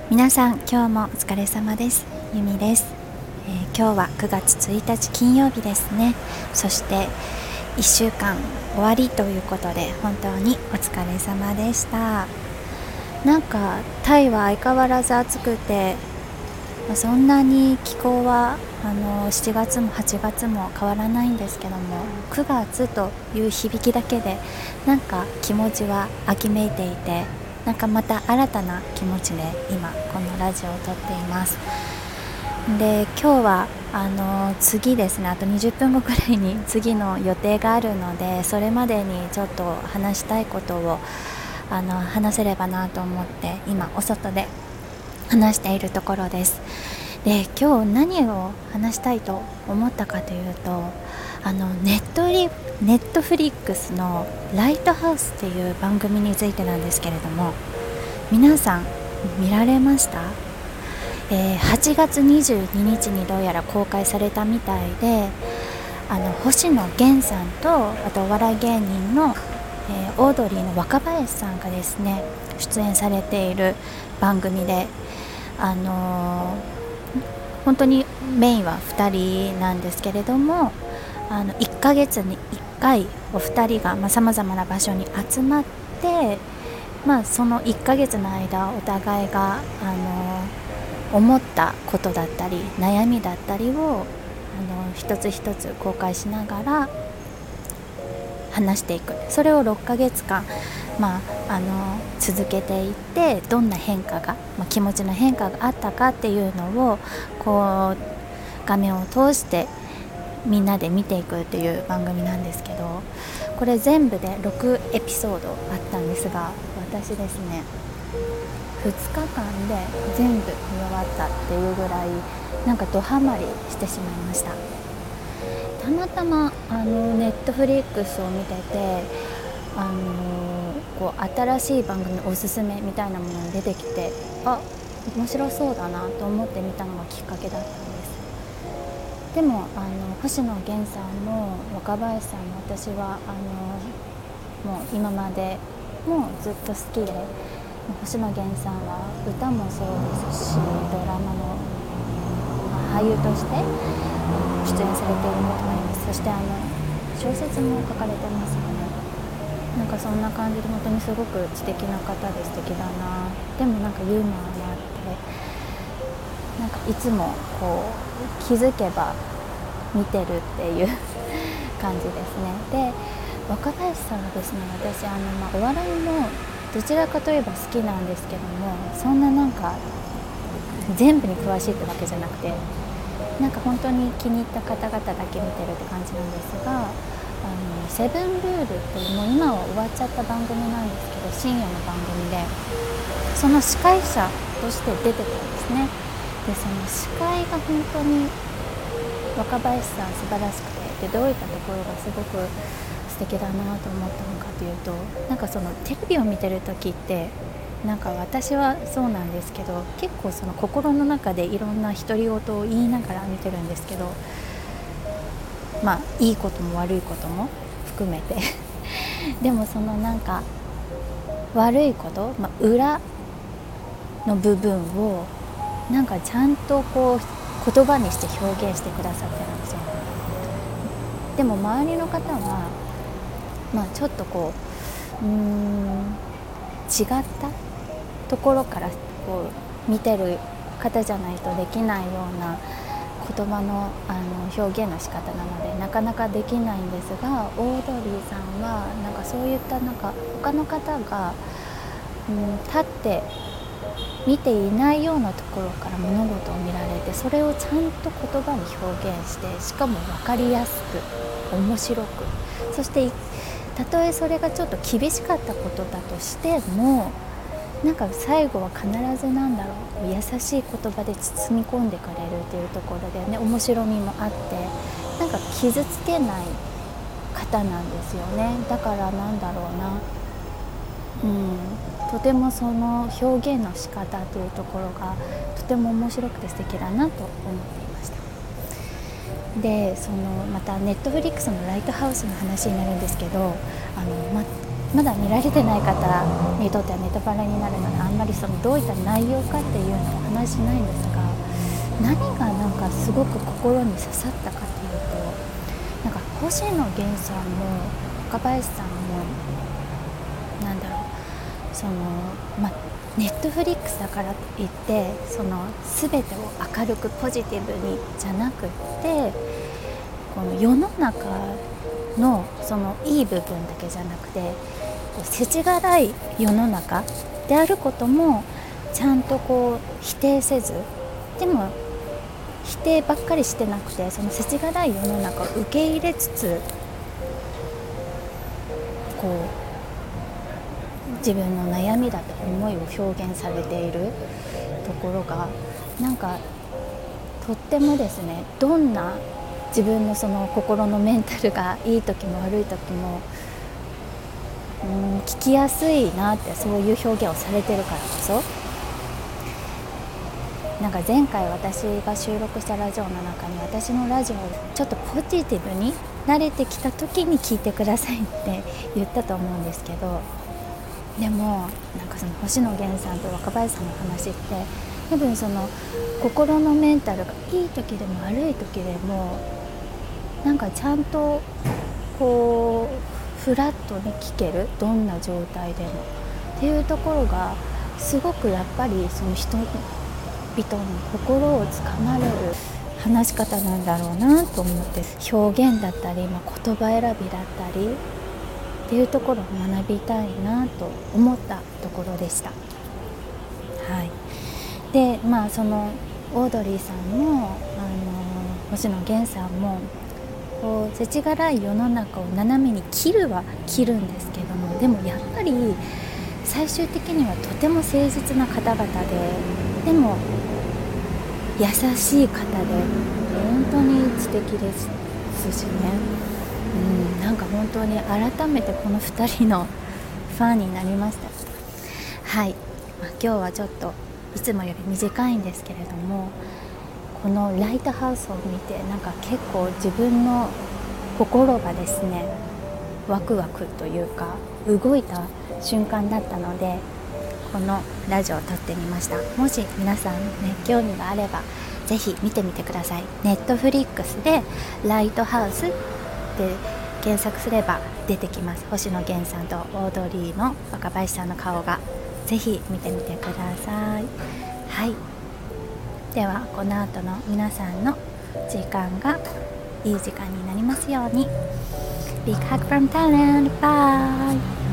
皆さん今日もお疲れ様です。ゆみです。今日は9月1日金曜日ですね。そして1週間終わりということで本当にお疲れ様でした。なんかタイは相変わらず暑くて、そんなに気候は7月も8月も変わらないんですけども、9月という響きだけでなんか気持ちは秋めいていて、なんかまた新たな気持ちで今このラジオを撮っています。で、今日は次ですね、あと20分後くらいに次の予定があるので、それまでにちょっと話したいことを話せればなと思って今お外で話しているところです。で、今日何を話したいと思ったかというと、ネットフリックスのライトハウスっていう番組についてなんですけれども、皆さん見られました？8月22日にどうやら公開されたみたいで、星野源さんとあとお笑い芸人の、オードリーの若林さんがですね出演されている番組で、本当にメインは2人なんですけれども、1ヶ月に1回お二人がさまざまな場所に集まって、その1ヶ月の間お互いが思ったことだったり悩みだったりを一つ一つ公開しながら話していく。それを6ヶ月間、続けていって、どんな変化が、気持ちの変化があったかっていうのをこう画面を通してみんなで見ていくっていう番組なんですけど、これ全部で6エピソードあったんですが、私ですね2日間で全部見終わったっていうぐらいなんかドハマりしてしまいました。たまたまネットフリックスを見てて、こう新しい番組おすすめみたいなものに出てきて、面白そうだなと思って見たのがきっかけだったんです。でも星野源さんも若林さんも私はもう今までもずっと好きで、星野源さんは歌もそうですし、ドラマの俳優として出演されていることもあります。そして小説も書かれてますよね。なんかそんな感じで本当にすごく知的な方で素敵だな。でもなんかユーモアもあって、なんかいつもこう気づけば見てるっていう感じですね。で、若林さんはですね、私お笑いもどちらかといえば好きなんですけども、そんななんか全部に詳しいってわけじゃなくて、なんか本当に気に入った方々だけ見てるって感じなんですが、セブンルールっていう、もう今は終わっちゃった番組なんですけど、深夜の番組でその司会者として出てたんですね。で、その司会が本当に若林さん素晴らしくて、でどういったところがすごく素敵だなと思ったのかというと、なんかそのテレビを見てる時って、なんか私はそうなんですけど、結構その心の中でいろんな独り言を言いながら見てるんですけど、いいことも悪いことも含めてでもそのなんか悪いこと、裏の部分をなんかちゃんとこう言葉にして表現してくださってるんですよ。でも周りの方はちょっとこう違ったところからこう見てる方じゃないとできないような言葉の表現の仕方なのでなかなかできないんですが、オードリーさんはなんかそういったなんか他の方が立って見ていないようなところから物事を見られて、それをちゃんと言葉に表現して、しかも分かりやすく面白く、そしてたとえそれがちょっと厳しかったことだとしても、なんか最後は必ずなんだろう、優しい言葉で包み込んでくれるっていうところでね、面白みもあって、なんか傷つけない方なんですよね。だからなんだろうな、とてもその表現の仕方というところがとても面白くて素敵だなと思っていました。で、またネットフリックスのライトハウスの話になるんですけど、 まだ見られてない方にとってはネタバレになるのであんまりそのどういった内容かっていうのをお話ししないんですが、何がなんかすごく心に刺さったかというと、なんか星野源さんも若林さんもなんだろう、そのネットフリックスだからといってその全てを明るくポジティブにじゃなくって、この世の中のそのいい部分だけじゃなくて、世知辛い世の中であることもちゃんとこう否定せず、でも否定ばっかりしてなくて、その世知辛い世の中を受け入れつつ、こう自分の悩みだった思いを表現されているところがなんかとってもですね、どんな自分のその心のメンタルがいい時も悪い時も聞きやすいなって、そういう表現をされてるからこそ、なんか前回私が収録したラジオの中に、私のラジオをちょっとポジティブに慣れてきた時に聞いてくださいって言ったと思うんですけど、でもなんかその星野源さんと若林さんの話って、多分その心のメンタルがいい時でも悪い時でもなんかちゃんとこうフラットに聞ける、どんな状態でもっていうところがすごくやっぱりその人々の心をつかまれる話し方なんだろうなと思って、表現だったり、言葉選びだったりっていうところを学びたいなと思ったところでした。はい。でそのオードリーさんも星野源さんもこう世知辛い世の中を斜めに切るは切るんですけども、でもやっぱり最終的にはとても誠実な方々でも優しい方で本当に素敵ですしね、なんか本当に改めてこの2人のファンになりました。はい、今日はちょっといつもより短いんですけれども、このライトハウスを見てなんか結構自分の心がですねワクワクというか動いた瞬間だったので、このラジオを撮ってみました。もし皆さんね興味があればぜひ見てみてください。ネットフリックスでライトハウスで検索すれば出てきます。星野源さんとオードリーの若林さんの顔が、ぜひ見てみてください。はい、ではこの後の皆さんの時間がいい時間になりますように。Big hug from Thailand. Bye.